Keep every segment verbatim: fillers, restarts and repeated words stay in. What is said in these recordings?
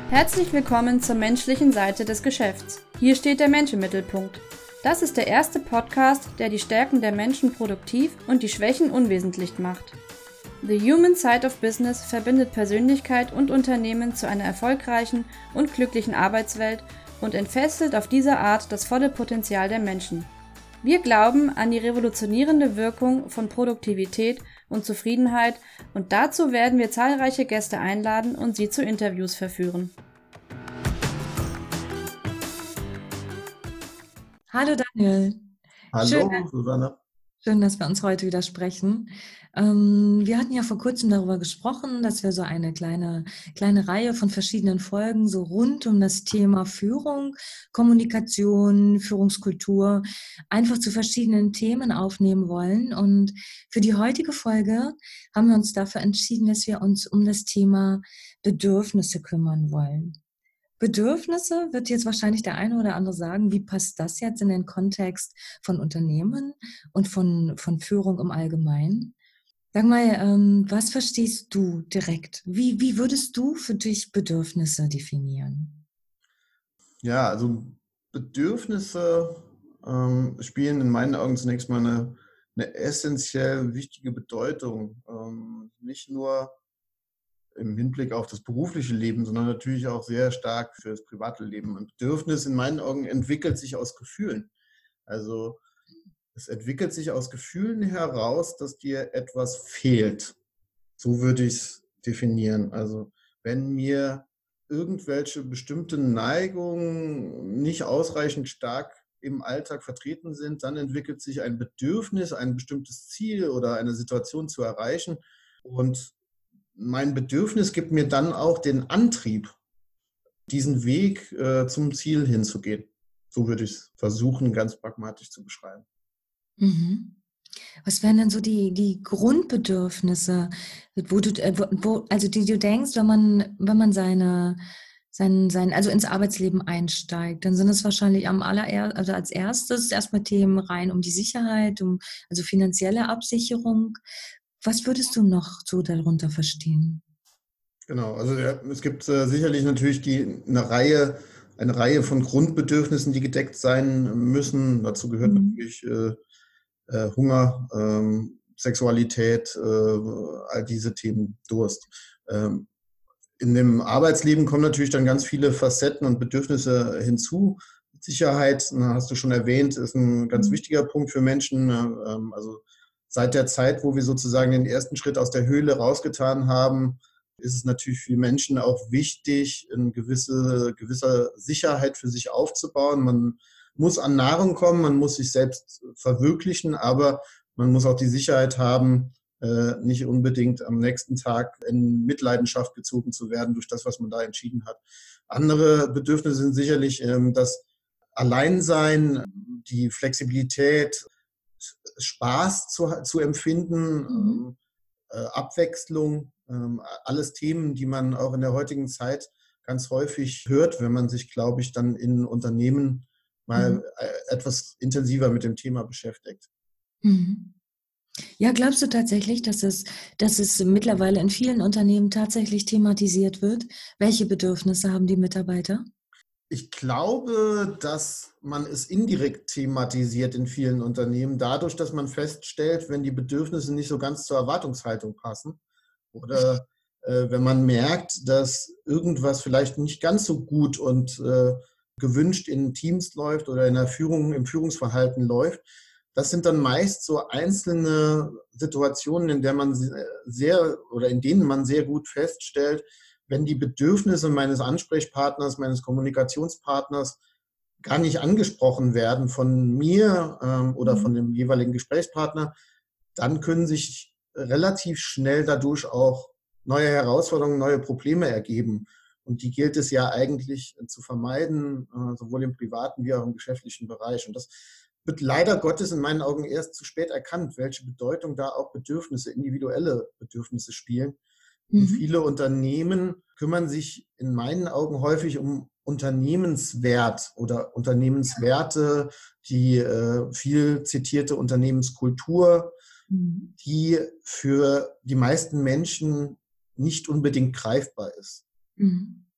Herzlich willkommen zur menschlichen Seite des Geschäfts. Hier steht der Mensch im Mittelpunkt. Das ist der erste Podcast, der die Stärken der Menschen produktiv und die Schwächen unwesentlich macht. The Human Side of Business verbindet Persönlichkeit und Unternehmen zu einer erfolgreichen und glücklichen Arbeitswelt und entfesselt auf diese Art das volle Potenzial der Menschen. Wir glauben an die revolutionierende Wirkung von Produktivität und Zufriedenheit und dazu werden wir zahlreiche Gäste einladen und sie zu Interviews verführen. Hallo Daniel. Hallo Schön, Susanne. schön, dass wir uns heute wieder sprechen. Ähm, wir hatten ja vor kurzem darüber gesprochen, dass wir so eine kleine, kleine Reihe von verschiedenen Folgen so rund um das Thema Führung, Kommunikation, Führungskultur einfach zu verschiedenen Themen aufnehmen wollen. Und für die heutige Folge haben wir uns dafür entschieden, dass wir uns um das Thema Bedürfnisse kümmern wollen. Bedürfnisse wird jetzt wahrscheinlich der eine oder andere sagen, wie passt das jetzt in den Kontext von Unternehmen und von, von Führung im Allgemeinen? Sag mal, ähm, was verstehst du direkt? Wie, wie würdest du für dich Bedürfnisse definieren? Ja, also Bedürfnisse ähm, spielen in meinen Augen zunächst mal eine, eine essentiell wichtige Bedeutung. Ähm, nicht nur im Hinblick auf das berufliche Leben, sondern natürlich auch sehr stark für das private Leben. Ein Bedürfnis in meinen Augen entwickelt sich aus Gefühlen. Also es entwickelt sich aus Gefühlen heraus, dass dir etwas fehlt. So würde ich es definieren. Also wenn mir irgendwelche bestimmte Neigungen nicht ausreichend stark im Alltag vertreten sind, dann entwickelt sich ein Bedürfnis, ein bestimmtes Ziel oder eine Situation zu erreichen. Und mein Bedürfnis gibt mir dann auch den Antrieb, diesen Weg äh, zum Ziel hinzugehen. So würde ich es versuchen, ganz pragmatisch zu beschreiben. Mhm. Was wären denn so die, die Grundbedürfnisse, wo du, äh, wo, also die du denkst, wenn man, wenn man seine, sein, sein, also ins Arbeitsleben einsteigt, dann sind es wahrscheinlich am aller, also als erstes erstmal Themen rein um die Sicherheit, um, also finanzielle Absicherung. Was würdest du noch so darunter verstehen? Genau, also ja, es gibt äh, sicherlich natürlich die, eine Reihe, eine Reihe von Grundbedürfnissen, die gedeckt sein müssen. Dazu gehört Mhm. natürlich äh, äh, Hunger, ähm, Sexualität, äh, all diese Themen, Durst. Ähm, in dem Arbeitsleben kommen natürlich dann ganz viele Facetten und Bedürfnisse hinzu. Sicherheit, na, hast du schon erwähnt, ist ein ganz Mhm. wichtiger Punkt für Menschen. Ähm, also seit der Zeit, wo wir sozusagen den ersten Schritt aus der Höhle rausgetan haben, ist es natürlich für Menschen auch wichtig, eine gewisse, gewisse Sicherheit für sich aufzubauen. Man muss an Nahrung kommen, man muss sich selbst verwirklichen, aber man muss auch die Sicherheit haben, äh, nicht unbedingt am nächsten Tag in Mitleidenschaft gezogen zu werden durch das, was man da entschieden hat. Andere Bedürfnisse sind sicherlich ähm, das Alleinsein, die Flexibilität, Spaß zu, zu empfinden, Mhm. ähm, äh, Abwechslung, ähm, alles Themen, die man auch in der heutigen Zeit ganz häufig hört, wenn man sich, glaube ich, dann in Unternehmen Mhm. mal äh, etwas intensiver mit dem Thema beschäftigt. Mhm. Ja, glaubst du tatsächlich, dass es, dass es mittlerweile in vielen Unternehmen tatsächlich thematisiert wird? Welche Bedürfnisse haben die Mitarbeiter? Ich glaube, dass man es indirekt thematisiert in vielen Unternehmen, dadurch, dass man feststellt, wenn die Bedürfnisse nicht so ganz zur Erwartungshaltung passen oder äh, wenn man merkt, dass irgendwas vielleicht nicht ganz so gut und äh, gewünscht in Teams läuft oder in der Führung, im Führungsverhalten läuft. Das sind dann meist so einzelne Situationen, in der man sehr oder in denen man sehr gut feststellt, wenn die Bedürfnisse meines Ansprechpartners, meines Kommunikationspartners gar nicht angesprochen werden von mir ähm, oder Mhm. von dem jeweiligen Gesprächspartner, dann können sich relativ schnell dadurch auch neue Herausforderungen, neue Probleme ergeben. Und die gilt es ja eigentlich zu vermeiden, äh, sowohl im privaten wie auch im geschäftlichen Bereich. Und das wird leider Gottes in meinen Augen erst zu spät erkannt, welche Bedeutung da auch Bedürfnisse, individuelle Bedürfnisse spielen. Und Mhm. viele Unternehmen kümmern sich in meinen Augen häufig um Unternehmenswert oder Unternehmenswerte, die äh, viel zitierte Unternehmenskultur, Mhm. die für die meisten Menschen nicht unbedingt greifbar ist. Mhm.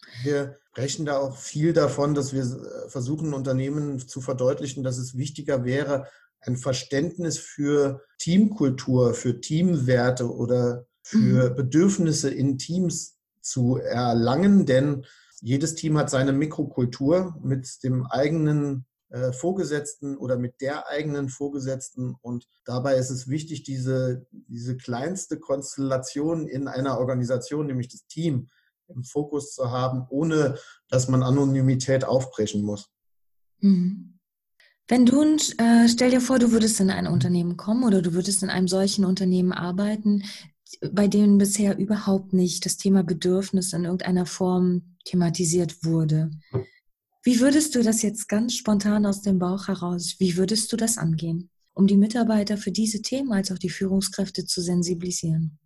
Wir sprechen da auch viel davon, dass wir versuchen, Unternehmen zu verdeutlichen, dass es wichtiger wäre, ein Verständnis für Teamkultur, für Teamwerte oder für Mhm. Bedürfnisse in Teams zu erlangen, denn jedes Team hat seine Mikrokultur mit dem eigenen äh, Vorgesetzten oder mit der eigenen Vorgesetzten, und dabei ist es wichtig, diese, diese kleinste Konstellation in einer Organisation, nämlich das Team, im Fokus zu haben, ohne dass man Anonymität aufbrechen muss. Mhm. Wenn du, äh, stell dir vor, du würdest in ein Unternehmen kommen oder du würdest in einem solchen Unternehmen arbeiten, bei dem bisher überhaupt nicht das Thema Bedürfnis in irgendeiner Form thematisiert wurde. Wie würdest du das jetzt ganz spontan aus dem Bauch heraus, wie würdest du das angehen, um die Mitarbeiter für diese Themen als auch die Führungskräfte zu sensibilisieren?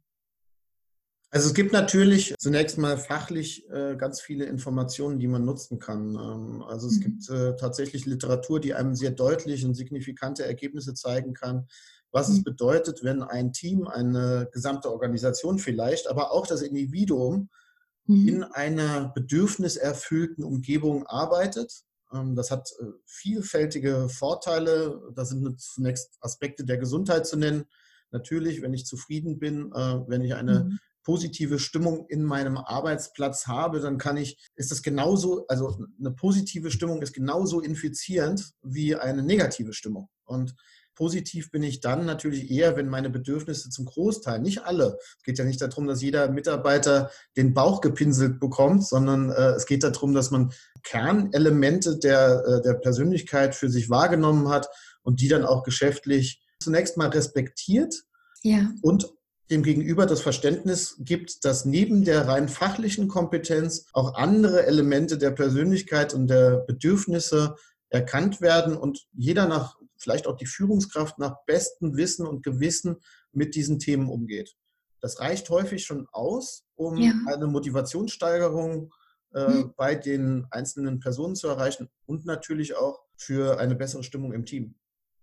Also es gibt natürlich zunächst mal fachlich äh, ganz viele Informationen, die man nutzen kann. Ähm, also es Mhm. gibt äh, tatsächlich Literatur, die einem sehr deutlich und signifikante Ergebnisse zeigen kann, was es Mhm. bedeutet, wenn ein Team, eine gesamte Organisation vielleicht, aber auch das Individuum in Mhm. einer bedürfniserfüllten Umgebung arbeitet. Ähm, das hat äh, vielfältige Vorteile. Da sind zunächst Aspekte der Gesundheit zu nennen. Natürlich, wenn ich zufrieden bin, äh, wenn ich eine Mhm. positive Stimmung in meinem Arbeitsplatz habe, dann kann ich, ist das genauso, also eine positive Stimmung ist genauso infizierend wie eine negative Stimmung. Und positiv bin ich dann natürlich eher, wenn meine Bedürfnisse zum Großteil, nicht alle, es geht ja nicht darum, dass jeder Mitarbeiter den Bauch gepinselt bekommt, sondern äh, es geht darum, dass man Kernelemente der, äh, der Persönlichkeit für sich wahrgenommen hat und die dann auch geschäftlich zunächst mal respektiert Ja. und dem Gegenüber das Verständnis gibt, dass neben der rein fachlichen Kompetenz auch andere Elemente der Persönlichkeit und der Bedürfnisse erkannt werden und jeder nach, vielleicht auch die Führungskraft, nach bestem Wissen und Gewissen mit diesen Themen umgeht. Das reicht häufig schon aus, Ja. um eine Motivationssteigerung äh, Mhm. bei den einzelnen Personen zu erreichen und natürlich auch für eine bessere Stimmung im Team.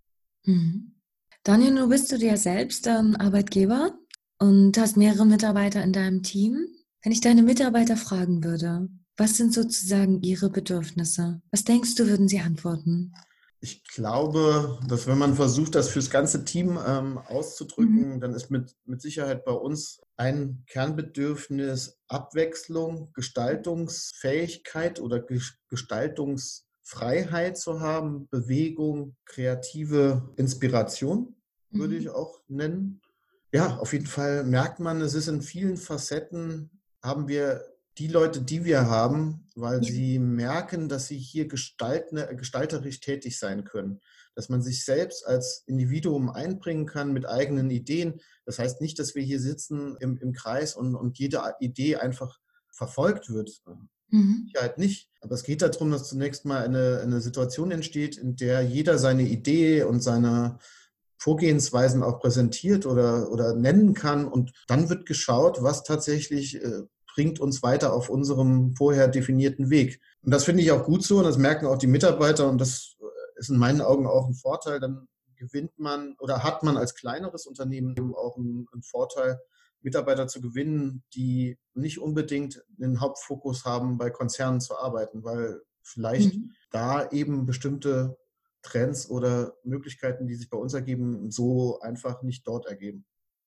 Mhm. Daniel, du bist du dir selbst ähm, Arbeitgeber und hast mehrere Mitarbeiter in deinem Team. Wenn ich deine Mitarbeiter fragen würde, was sind sozusagen ihre Bedürfnisse? Was denkst du, würden sie antworten? Ich glaube, dass wenn man versucht, das fürs ganze Team ähm, Mhm. auszudrücken, dann ist mit, mit Sicherheit bei uns ein Kernbedürfnis Abwechslung, Gestaltungsfähigkeit oder Ges- Gestaltungsfreiheit zu haben, Bewegung, kreative Inspiration, würde ich Mhm. auch nennen. Ja, auf jeden Fall merkt man, es ist in vielen Facetten, haben wir die Leute, die wir haben, weil Ja. sie merken, dass sie hier gestaltne, gestalterisch tätig sein können, dass man sich selbst als Individuum einbringen kann mit eigenen Ideen. Das heißt nicht, dass wir hier sitzen im, im Kreis und, und jede Idee einfach verfolgt wird. Mhm. Sicherheit nicht. Aber es geht darum, dass zunächst mal eine, eine Situation entsteht, in der jeder seine Idee und seine Vorgehensweisen auch präsentiert oder, oder nennen kann. Und dann wird geschaut, was tatsächlich äh, bringt uns weiter auf unserem vorher definierten Weg. Und das finde ich auch gut so und das merken auch die Mitarbeiter und das ist in meinen Augen auch ein Vorteil. Dann gewinnt man oder hat man als kleineres Unternehmen eben auch einen, einen Vorteil, Mitarbeiter zu gewinnen, die nicht unbedingt den Hauptfokus haben, bei Konzernen zu arbeiten, weil vielleicht Mhm. da eben bestimmte Trends oder Möglichkeiten, die sich bei uns ergeben, so einfach nicht dort ergeben.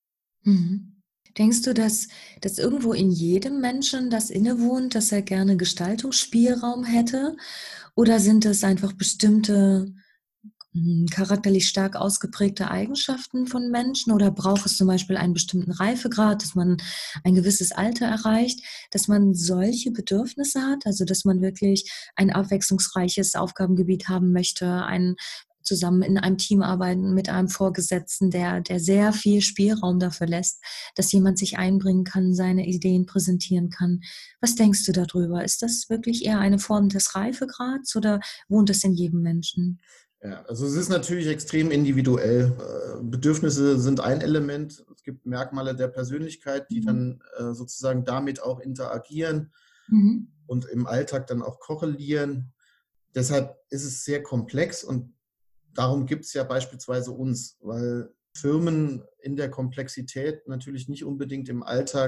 Mhm. Denkst du, dass, dass irgendwo in jedem Menschen das innewohnt, dass er gerne Gestaltungsspielraum hätte? Oder sind es einfach bestimmte hm, charakterlich stark ausgeprägte Eigenschaften von Menschen oder braucht es zum Beispiel einen bestimmten Reifegrad, dass man ein gewisses Alter erreicht, dass man solche Bedürfnisse hat, also dass man wirklich ein abwechslungsreiches Aufgabengebiet haben möchte, ein zusammen in einem Team arbeiten mit einem Vorgesetzten, der, der sehr viel Spielraum dafür lässt, dass jemand sich einbringen kann, seine Ideen präsentieren kann. Was denkst du darüber? Ist das wirklich eher eine Form des Reifegrads oder wohnt es in jedem Menschen? Ja, also es ist natürlich extrem individuell. Äh, Bedürfnisse sind ein Element. Es gibt Merkmale der Persönlichkeit, die Mhm. dann äh, sozusagen damit auch interagieren Mhm. und im Alltag dann auch korrelieren. Deshalb ist es sehr komplex und darum gibt es ja beispielsweise uns, weil Firmen in der Komplexität natürlich nicht unbedingt im Alltag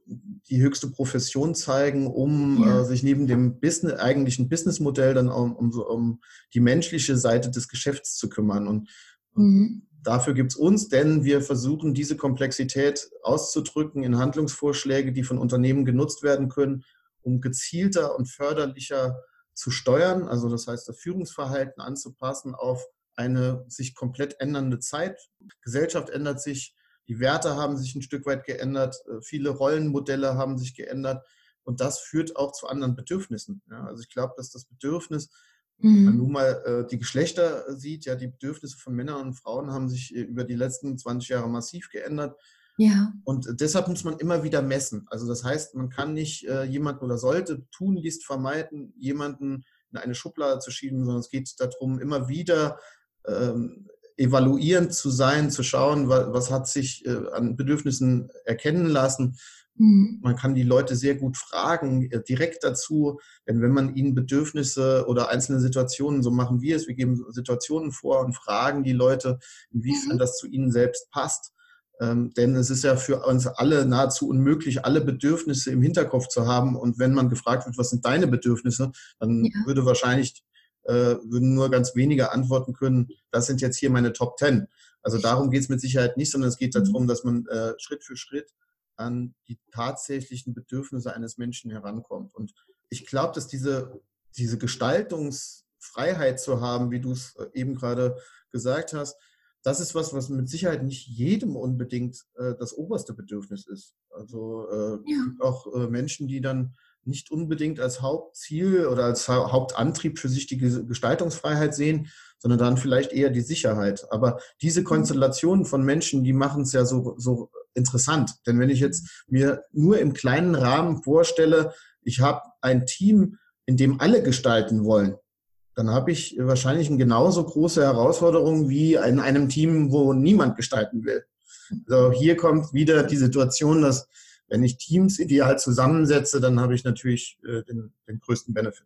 die höchste Profession zeigen, um Ja. äh, sich neben dem Business, eigentlichen Businessmodell dann um, um, so- um die menschliche Seite des Geschäfts zu kümmern. Und, und Mhm. dafür gibt es uns, denn wir versuchen, diese Komplexität auszudrücken in Handlungsvorschläge, die von Unternehmen genutzt werden können, um gezielter und förderlicher zu steuern. Also das heißt, das Führungsverhalten anzupassen auf eine sich komplett ändernde Zeit. Gesellschaft ändert sich, die Werte haben sich ein Stück weit geändert, äh, viele Rollenmodelle haben sich geändert und das führt auch zu anderen Bedürfnissen. Ja, also ich glaube, dass das Bedürfnis, wenn man nun Mhm. mal äh, die Geschlechter sieht, ja, die Bedürfnisse von Männern und Frauen haben sich äh, über die letzten zwanzig Jahre massiv geändert. Ja. Und deshalb muss man immer wieder messen. Also das heißt, man kann nicht äh, jemanden oder sollte tunlichst vermeiden, jemanden in eine Schublade zu schieben, sondern es geht darum, immer wieder ähm, evaluierend zu sein, zu schauen, was, was hat sich äh, an Bedürfnissen erkennen lassen. Mhm. Man kann die Leute sehr gut fragen, äh, direkt dazu, denn wenn man ihnen Bedürfnisse oder einzelne Situationen, so machen wir es, wir geben Situationen vor und fragen die Leute, inwiefern Mhm. das zu ihnen selbst passt. Ähm, denn es ist ja für uns alle nahezu unmöglich, alle Bedürfnisse im Hinterkopf zu haben. Und wenn man gefragt wird, was sind deine Bedürfnisse, dann Ja. würde wahrscheinlich, äh, würden nur ganz wenige antworten können, das sind jetzt hier meine Top Ten. Also darum geht es mit Sicherheit nicht, sondern es geht Mhm. darum, dass man äh, Schritt für Schritt an die tatsächlichen Bedürfnisse eines Menschen herankommt. Und ich glaube, dass diese, diese Gestaltungsfreiheit zu haben, wie du es eben gerade gesagt hast, das ist was, was mit Sicherheit nicht jedem unbedingt äh, das oberste Bedürfnis ist. Also äh, Ja. es gibt auch äh, Menschen, die dann nicht unbedingt als Hauptziel oder als ha Hauptantrieb für sich die Gestaltungsfreiheit sehen, sondern dann vielleicht eher die Sicherheit. Aber diese Konstellationen von Menschen, die machen es ja so, so interessant. Denn wenn ich jetzt mir nur im kleinen Rahmen vorstelle, ich habe ein Team, in dem alle gestalten wollen, dann habe ich wahrscheinlich eine genauso große Herausforderung wie in einem Team, wo niemand gestalten will. Also hier kommt wieder die Situation, dass wenn ich Teams ideal zusammensetze, dann habe ich natürlich äh, den, den größten Benefit.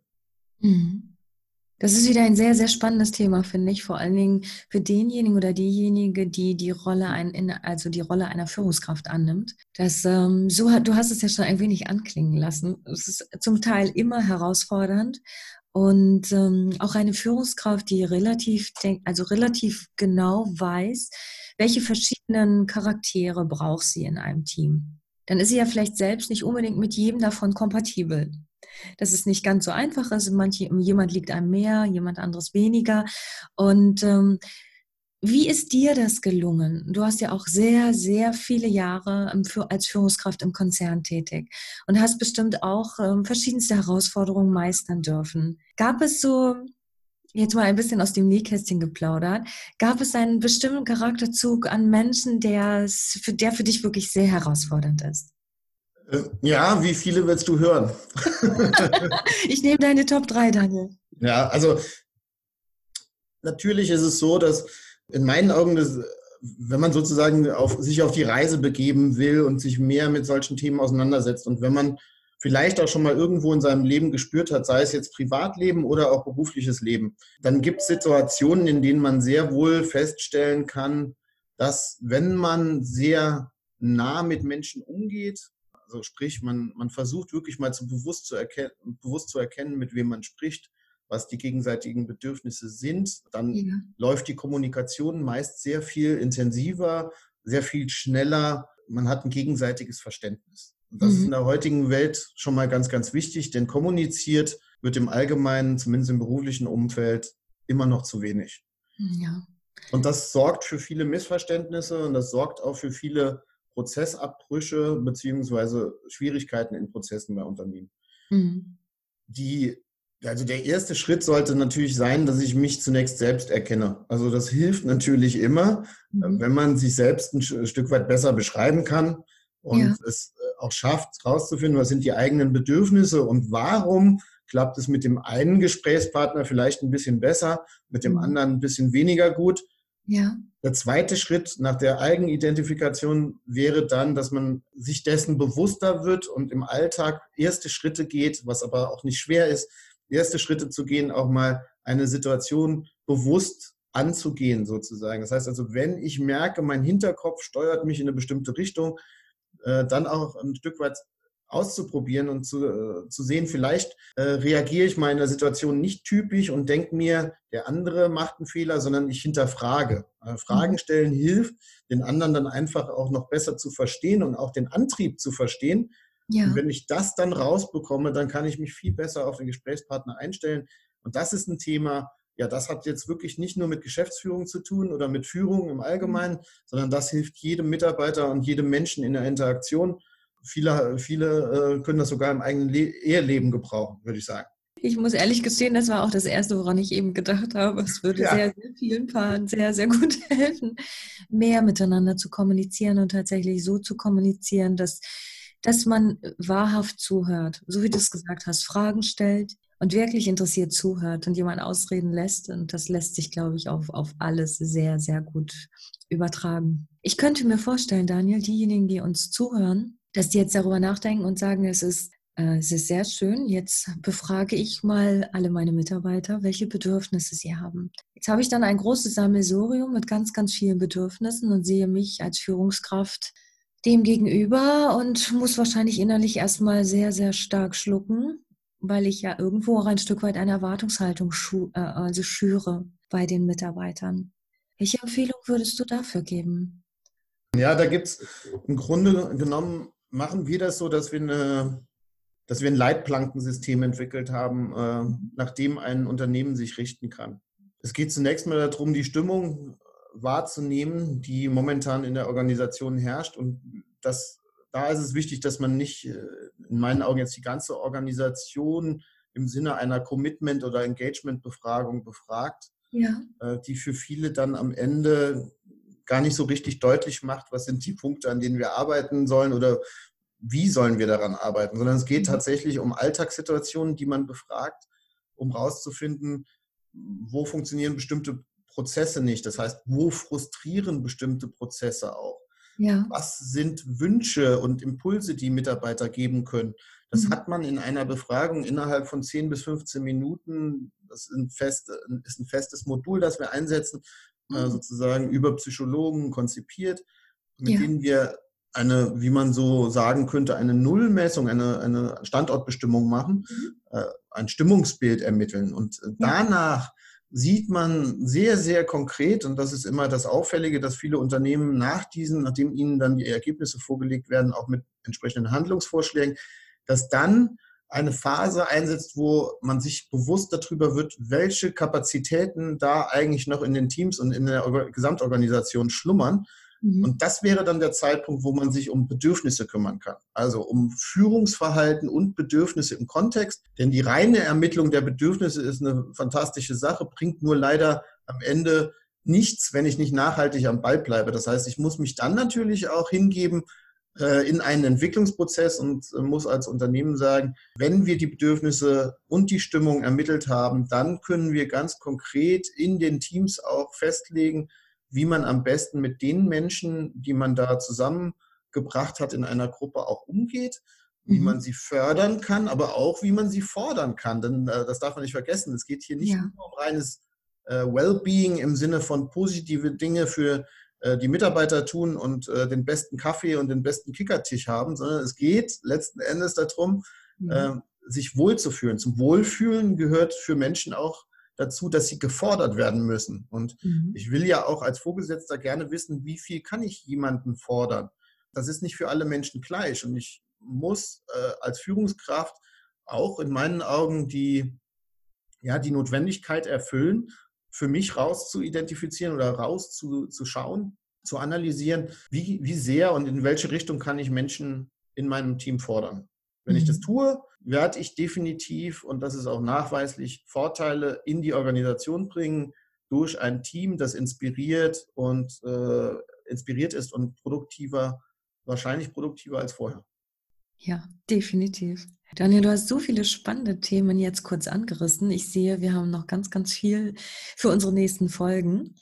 Mhm. Das ist wieder ein sehr, sehr spannendes Thema, finde ich. Vor allen Dingen für denjenigen oder diejenige, die die Rolle ein, in, also die Rolle einer Führungskraft annimmt. Das, ähm, so hat, du hast es ja schon ein wenig anklingen lassen. Es ist zum Teil immer herausfordernd und ähm, auch eine Führungskraft, die relativ, denk, also relativ genau weiß, welche verschiedenen Charaktere braucht sie in einem Team. Dann ist sie ja vielleicht selbst nicht unbedingt mit jedem davon kompatibel. Dass es nicht ganz so einfach ist. Manche, jemand liegt einem mehr, jemand anderes weniger. Und ähm, wie ist dir das gelungen? Du hast ja auch sehr, sehr viele Jahre im, als Führungskraft im Konzern tätig und hast bestimmt auch ähm, verschiedenste Herausforderungen meistern dürfen. Gab es so, jetzt mal ein bisschen aus dem Nähkästchen geplaudert, gab es einen bestimmten Charakterzug an Menschen, der für, der für dich wirklich sehr herausfordernd ist? Ja, wie viele willst du hören? Ich nehme deine Top drei, Daniel. Ja, also natürlich ist es so, dass in meinen Augen, das, wenn man sozusagen auf, sich auf die Reise begeben will und sich mehr mit solchen Themen auseinandersetzt und wenn man vielleicht auch schon mal irgendwo in seinem Leben gespürt hat, sei es jetzt Privatleben oder auch berufliches Leben, dann gibt es Situationen, in denen man sehr wohl feststellen kann, dass wenn man sehr nah mit Menschen umgeht, also sprich, man, man versucht wirklich mal zu bewusst, zu erkennen, bewusst zu erkennen, mit wem man spricht, was die gegenseitigen Bedürfnisse sind, dann Ja. läuft die Kommunikation meist sehr viel intensiver, sehr viel schneller. Man hat ein gegenseitiges Verständnis. Und das Mhm. ist in der heutigen Welt schon mal ganz, ganz wichtig, denn kommuniziert wird im Allgemeinen, zumindest im beruflichen Umfeld, immer noch zu wenig. Ja. Und das sorgt für viele Missverständnisse und das sorgt auch für viele Prozessabbrüche beziehungsweise Schwierigkeiten in Prozessen bei Unternehmen. Mhm. Die, also der erste Schritt sollte natürlich sein, dass ich mich zunächst selbst erkenne. Also das hilft natürlich immer, Mhm. wenn man sich selbst ein Stück weit besser beschreiben kann und Ja. es auch schafft, herauszufinden, was sind die eigenen Bedürfnisse und warum klappt es mit dem einen Gesprächspartner vielleicht ein bisschen besser, mit dem Mhm. anderen ein bisschen weniger gut. Ja. Der zweite Schritt nach der Eigenidentifikation wäre dann, dass man sich dessen bewusster wird und im Alltag erste Schritte geht, was aber auch nicht schwer ist, erste Schritte zu gehen, auch mal eine Situation bewusst anzugehen sozusagen. Das heißt also, wenn ich merke, mein Hinterkopf steuert mich in eine bestimmte Richtung, äh, dann auch ein Stück weit auszuprobieren und zu, äh, zu sehen, vielleicht äh, reagiere ich mal in der Situation nicht typisch und denke mir, der andere macht einen Fehler, sondern ich hinterfrage. Äh, Fragen stellen hilft, den anderen dann einfach auch noch besser zu verstehen und auch den Antrieb zu verstehen. Ja. Und wenn ich das dann rausbekomme, dann kann ich mich viel besser auf den Gesprächspartner einstellen. Und das ist ein Thema, ja, das hat jetzt wirklich nicht nur mit Geschäftsführung zu tun oder mit Führung im Allgemeinen, sondern das hilft jedem Mitarbeiter und jedem Menschen in der Interaktion. Viele, viele äh, können das sogar im eigenen Le- Eheleben gebrauchen, würde ich sagen. Ich muss ehrlich gestehen, das war auch das Erste, woran ich eben gedacht habe. Es würde Ja. sehr, sehr vielen Paaren sehr, sehr gut helfen, mehr miteinander zu kommunizieren und tatsächlich so zu kommunizieren, dass, dass man wahrhaft zuhört. So wie du es gesagt hast, Fragen stellt und wirklich interessiert zuhört und jemand ausreden lässt. Und das lässt sich, glaube ich, auf, auf alles sehr, sehr gut übertragen. Ich könnte mir vorstellen, Daniel, diejenigen, die uns zuhören, dass die jetzt darüber nachdenken und sagen, es ist, äh, es ist sehr schön, jetzt befrage ich mal alle meine Mitarbeiter, welche Bedürfnisse sie haben. Jetzt habe ich dann ein großes Sammelsurium mit ganz, ganz vielen Bedürfnissen und sehe mich als Führungskraft dem gegenüber und muss wahrscheinlich innerlich erstmal sehr, sehr stark schlucken, weil ich ja irgendwo auch ein Stück weit eine Erwartungshaltung schu- äh, also schüre bei den Mitarbeitern. Welche Empfehlung würdest du dafür geben? Ja, da gibt es im Grunde genommen, machen wir das so, dass wir, eine, dass wir ein Leitplankensystem entwickelt haben, äh, nach dem ein Unternehmen sich richten kann. Es geht zunächst mal darum, die Stimmung wahrzunehmen, die momentan in der Organisation herrscht. Und das, da ist es wichtig, dass man nicht, äh, in meinen Augen jetzt die ganze Organisation im Sinne einer Commitment- oder Engagement-Befragung befragt, Ja. äh, die für viele dann am Ende gar nicht so richtig deutlich macht, was sind die Punkte, an denen wir arbeiten sollen oder wie sollen wir daran arbeiten, sondern es geht tatsächlich um Alltagssituationen, die man befragt, um rauszufinden, wo funktionieren bestimmte Prozesse nicht. Das heißt, wo frustrieren bestimmte Prozesse auch? Ja. Was sind Wünsche und Impulse, die Mitarbeiter geben können? Das Mhm. hat man in einer Befragung innerhalb von zehn bis fünfzehn Minuten. Das ist ein, fest, ist ein festes Modul, das wir einsetzen, äh, sozusagen über Psychologen konzipiert, mit Ja. denen wir eine, wie man so sagen könnte, eine Nullmessung, eine, eine Standortbestimmung machen, Mhm. äh, ein Stimmungsbild ermitteln. Und äh, danach sieht man sehr, sehr konkret, und das ist immer das Auffällige, dass viele Unternehmen nach diesen, nachdem ihnen dann die Ergebnisse vorgelegt werden, auch mit entsprechenden Handlungsvorschlägen, dass dann eine Phase einsetzt, wo man sich bewusst darüber wird, welche Kapazitäten da eigentlich noch in den Teams und in der Gesamtorganisation schlummern. Mhm. Und das wäre dann der Zeitpunkt, wo man sich um Bedürfnisse kümmern kann. Also um Führungsverhalten und Bedürfnisse im Kontext. Denn die reine Ermittlung der Bedürfnisse ist eine fantastische Sache, bringt nur leider am Ende nichts, wenn ich nicht nachhaltig am Ball bleibe. Das heißt, ich muss mich dann natürlich auch hingeben äh, in einen Entwicklungsprozess und äh, muss als Unternehmen sagen, wenn wir die Bedürfnisse und die Stimmung ermittelt haben, dann können wir ganz konkret in den Teams auch festlegen, wie man am besten mit den Menschen, die man da zusammengebracht hat, in einer Gruppe auch umgeht, wie Mhm. man sie fördern kann, aber auch, wie man sie fordern kann. Denn äh, das darf man nicht vergessen. Es geht hier nicht Ja. nur um reines äh, Wellbeing im Sinne von positive Dinge für äh, die Mitarbeiter tun und äh, den besten Kaffee und den besten Kickertisch haben, sondern es geht letzten Endes darum, Mhm. äh, sich wohlzufühlen. Zum Wohlfühlen gehört für Menschen auch dazu, dass sie gefordert werden müssen. Und Mhm. ich will ja auch als Vorgesetzter gerne wissen, wie viel kann ich jemanden fordern. Das ist nicht für alle Menschen gleich. Und ich muss äh, als Führungskraft auch in meinen Augen die, ja, die Notwendigkeit erfüllen, für mich raus zu identifizieren oder raus zu, zu schauen, zu analysieren, wie, wie sehr und in welche Richtung kann ich Menschen in meinem Team fordern. Wenn ich das tue, werde ich definitiv, und das ist auch nachweislich, Vorteile in die Organisation bringen durch ein Team, das inspiriert und äh, inspiriert ist und produktiver, wahrscheinlich produktiver als vorher. Ja, definitiv. Daniel, du hast so viele spannende Themen jetzt kurz angerissen. Ich sehe, wir haben noch ganz, ganz viel für unsere nächsten Folgen.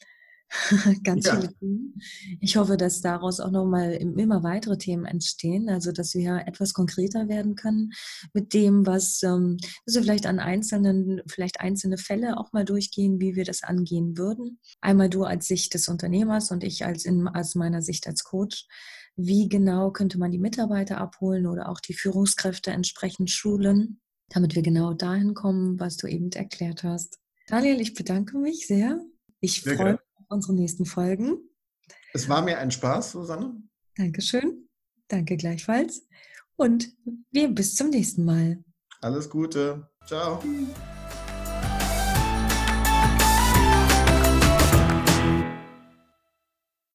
Ganz Ja. viele Themen. Ich hoffe, dass daraus auch nochmal immer weitere Themen entstehen, also dass wir etwas konkreter werden können mit dem, was, ähm, dass wir vielleicht an einzelnen, vielleicht einzelne Fälle auch mal durchgehen, wie wir das angehen würden. Einmal du als Sicht des Unternehmers und ich als in, aus meiner Sicht als Coach, wie genau könnte man die Mitarbeiter abholen oder auch die Führungskräfte entsprechend schulen, damit wir genau dahin kommen, was du eben erklärt hast. Daniel, ich bedanke mich sehr. Ich Sehr freue gerne. mich auf unsere nächsten Folgen. Es war mir ein Spaß, Susanne. Dankeschön. Danke gleichfalls. Und wir bis zum nächsten Mal. Alles Gute. Ciao.